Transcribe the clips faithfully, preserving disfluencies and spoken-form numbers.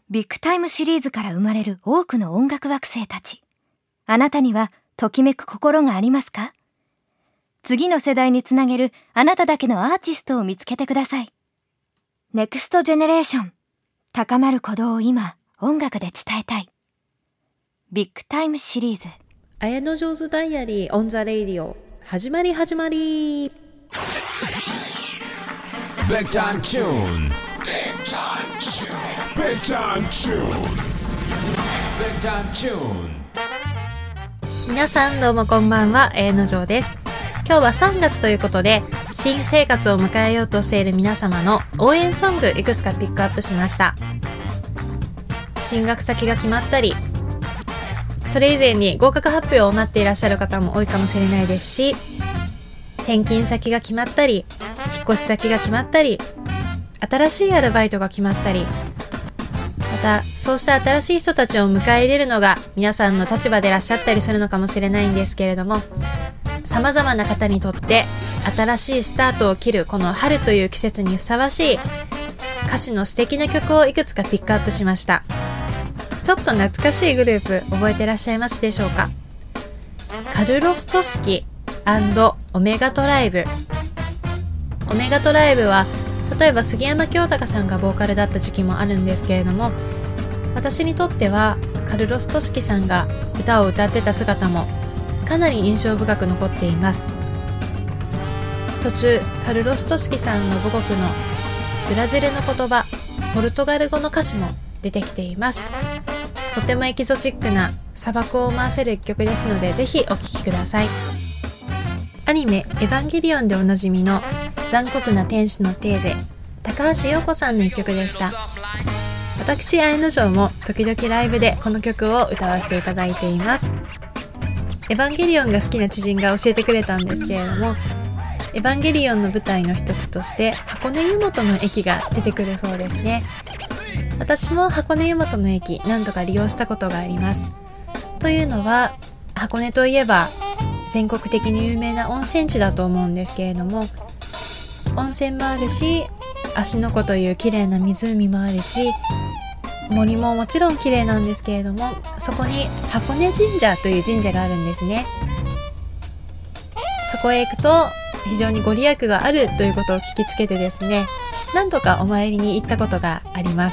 ビッグタイムシリーズから生まれる多くの音楽惑星たち。あなたにはときめく心がありますか？次の世代につなげるあなただけのアーティストを見つけてください。ネクストジェネレーション。高まる鼓動を今、音楽で伝えたい。ビッグタイムシリーズ。 綾野上手ダイアリーオンザレイディオ。始まり始まり。 Big time tune. Big time tune. Big time tune. Big time tune. 皆さんどうもこんばんは、綾野上です。今日はさんがつということで、新生活を迎えようとしている皆様の応援ソングいくつかピックアップしました。進学先が決まったり、それ以前に合格発表を待っていらっしゃる方も多いかもしれないですし、転勤先が決まったり、引っ越し先が決まったり、新しいアルバイトが決まったり、またそうした新しい人たちを迎え入れるのが皆さんの立場でいらっしゃったりするのかもしれないんですけれども、様々な方にとって新しいスタートを切るこの春という季節にふさわしい歌詞の素敵な曲をいくつかピックアップしました。ちょっと懐かしいグループ覚えてらっしゃいますでしょうか？カルロス・トシキ&オメガトライブ。オメガトライブは例えば杉山京隆さんがボーカルだった時期もあるんですけれども、私にとってはカルロス・トシキさんが歌を歌ってた姿もかなり印象深く残っています。途中カルロス・トシキさんの母国のブラジルの言葉、ポルトガル語の歌詞も出てきています。とてもエキゾチックな砂漠を思わせる一曲ですので、ぜひお聴きください。アニメエヴァンゲリオンでおなじみの残酷な天使のテーゼ、高橋洋子さんの一曲でした。私綾野上も時々ライブでこの曲を歌わせていただいています。エヴァンゲリオンが好きな知人が教えてくれたんですけれども、エヴァンゲリオンの舞台の一つとして箱根湯本の駅が出てくるそうですね。私も箱根湯本の駅何度か利用したことがあります。というのは、箱根といえば全国的に有名な温泉地だと思うんですけれども、温泉もあるし、芦ノ湖という綺麗な湖もあるし、森ももちろん綺麗なんですけれども、そこに箱根神社という神社があるんですね。そこへ行くと非常にご利益があるということを聞きつけてですね、何度かお参りに行ったことがあります。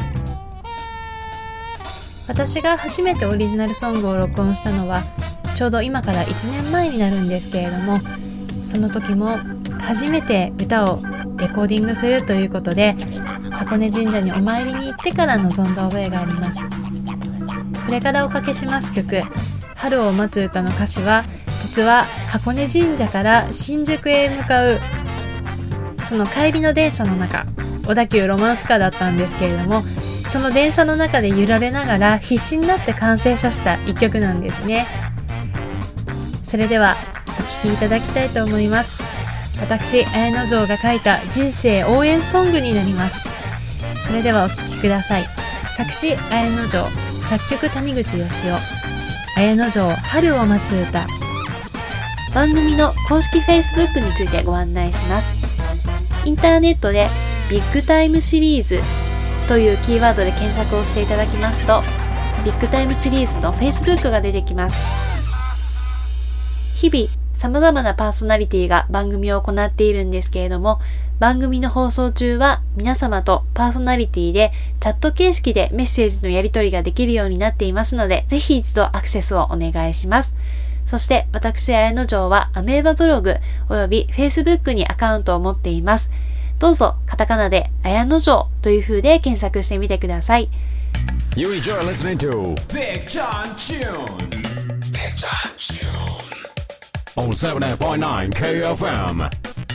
私が初めてオリジナルソングを録音したのはちょうど今からいちねんまえになるんですけれども、その時も初めて歌をレコーディングするということで箱根神社にお参りに行ってから臨んだ覚えがあります。これからおかけします曲、春を待つ歌の歌詞は実は箱根神社から新宿へ向かうその帰りの電車の中、小田急ロマンスカーだったんですけれども、その電車の中で揺られながら必死になって完成させた一曲なんですね。それではお聴きいただきたいと思います。私綾野上が書いた人生応援ソングになります。それではお聴きください。作詞綾野上、作曲谷口義雄。綾野上春を待つ歌。番組の公式 Facebook についてご案内します。インターネットでビッグタイムシリーズというキーワードで検索をしていただきますと、ビッグタイムシリーズの Facebook が出てきます。日々様々なパーソナリティが番組を行っているんですけれども、番組の放送中は皆様とパーソナリティでチャット形式でメッセージのやり取りができるようになっていますので、ぜひ一度アクセスをお願いします。そして私綾野上はアメーバブログおよび Facebook にアカウントを持っています。どうぞカタカナで綾野上という風で検索してみてください。 You enjoy listening to Big Time Tune. Big Time Tune on seventy-eight point nine K F M.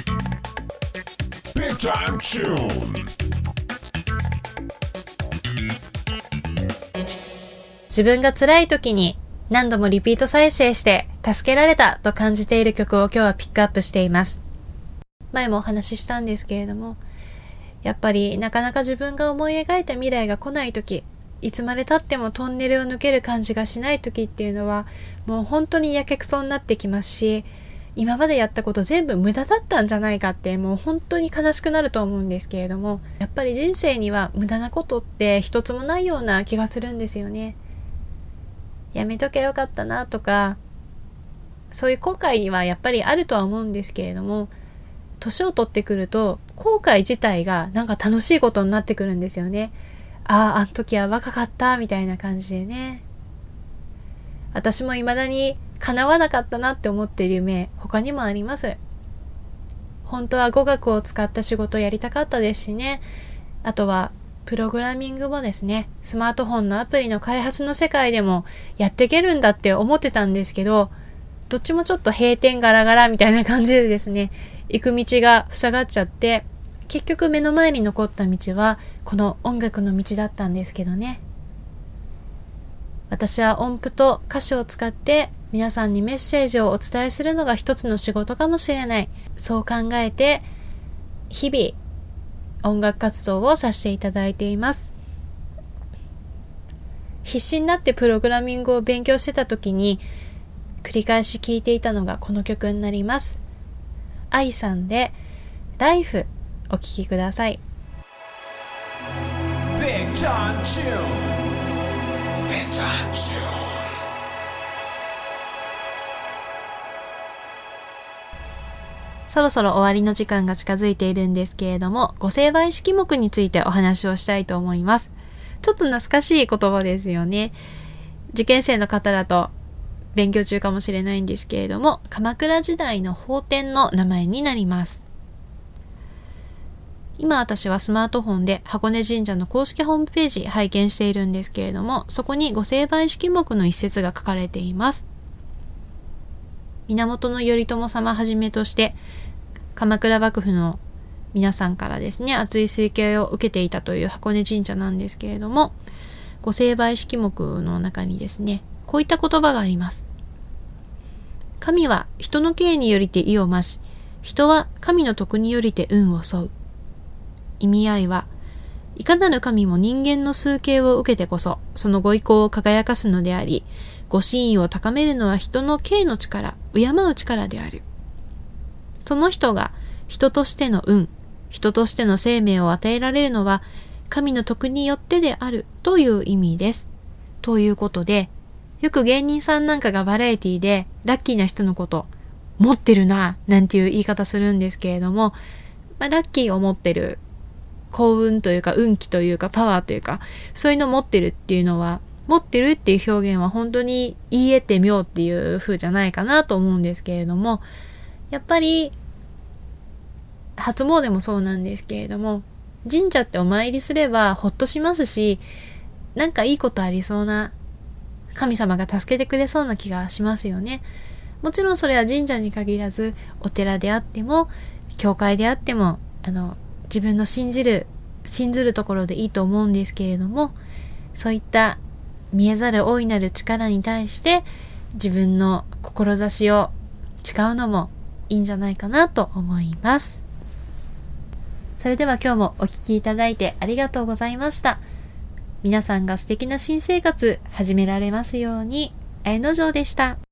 Big Time Tune. 自分が辛い時に何度もリピート再生して助けられたと感じている曲を今日はピックアップしています。前もお話ししたんですけれども、やっぱりなかなか自分が思い描いた未来が来ない時、いつまで経ってもトンネルを抜ける感じがしない時っていうのはもう本当にやけくそになってきますし、 今までやったこと全部無駄だったんじゃないかってもう本当に悲しくなると思うんですけれども、やっぱり人生には無駄なことって一つもないような気がするんですよね。やめとけよかったなとか、そういう後悔はやっぱりあるとは思うんですけれども、年を取ってくると後悔自体がなんか楽しいことになってくるんですよね。ああ、あの時は若かったみたいな感じでね。私も未だに叶わなかったなって思っている夢、他にもあります。本当は語学を使った仕事をやりたかったですしね。あとはプログラミングもですね、スマートフォンのアプリの開発の世界でもやっていけるんだって思ってたんですけど、どっちもちょっと閉店ガラガラみたいな感じでですね、行く道が塞がっちゃって、結局目の前に残った道はこの音楽の道だったんですけどね。私は音符と歌詞を使って皆さんにメッセージをお伝えするのが一つの仕事かもしれない。そう考えて日々音楽活動をさせていただいています。必死になってプログラミングを勉強してた時に繰り返し聴いていたのがこの曲になります。愛さんでライフお聴きください。 Big John Tune Big John Tune。 そろそろ終わりの時間が近づいているんですけれども、ご成敗式目についてお話をしたいと思います。ちょっと懐かしい言葉ですよね。受験生の方だと勉強中かもしれないんですけれども、鎌倉時代の法典の名前になります。今私はスマートフォンで箱根神社の公式ホームページ拝見しているんですけれども、そこにご成敗式目の一節が書かれています。源頼朝様はじめとして鎌倉幕府の皆さんからですね、熱い推薦を受けていたという箱根神社なんですけれども、ご成敗式目の中にですね、こういった言葉があります。神は人の刑によりて意を増し、人は神の徳によりて運を沿う。意味合いは、いかなる神も人間の崇敬を受けてこそ、そのご意向を輝かすのであり、ご真意を高めるのは人の敬の力、敬う力である。その人が人としての運、人としての生命を与えられるのは、神の徳によってであるという意味です。ということで、よく芸人さんなんかがバラエティでラッキーな人のこと持ってるななんていう言い方するんですけれども、まあ、ラッキーを持ってる、幸運というか運気というかパワーというか、そういうのを持ってるっていうのは、持ってるっていう表現は本当に言い得て妙っていう風じゃないかなと思うんですけれども、やっぱり初詣もそうなんですけれども、神社ってお参りすればほっとしますし、なんかいいことありそうな、神様が助けてくれそうな気がしますよね。もちろんそれは神社に限らず、お寺であっても教会であっても、あの自分の信じる信ずるところでいいと思うんですけれども、そういった見えざる大いなる力に対して自分の志を誓うのもいいんじゃないかなと思います。それでは今日もお聞きいただいてありがとうございました。皆さんが素敵な新生活始められますように。綾之丞でした。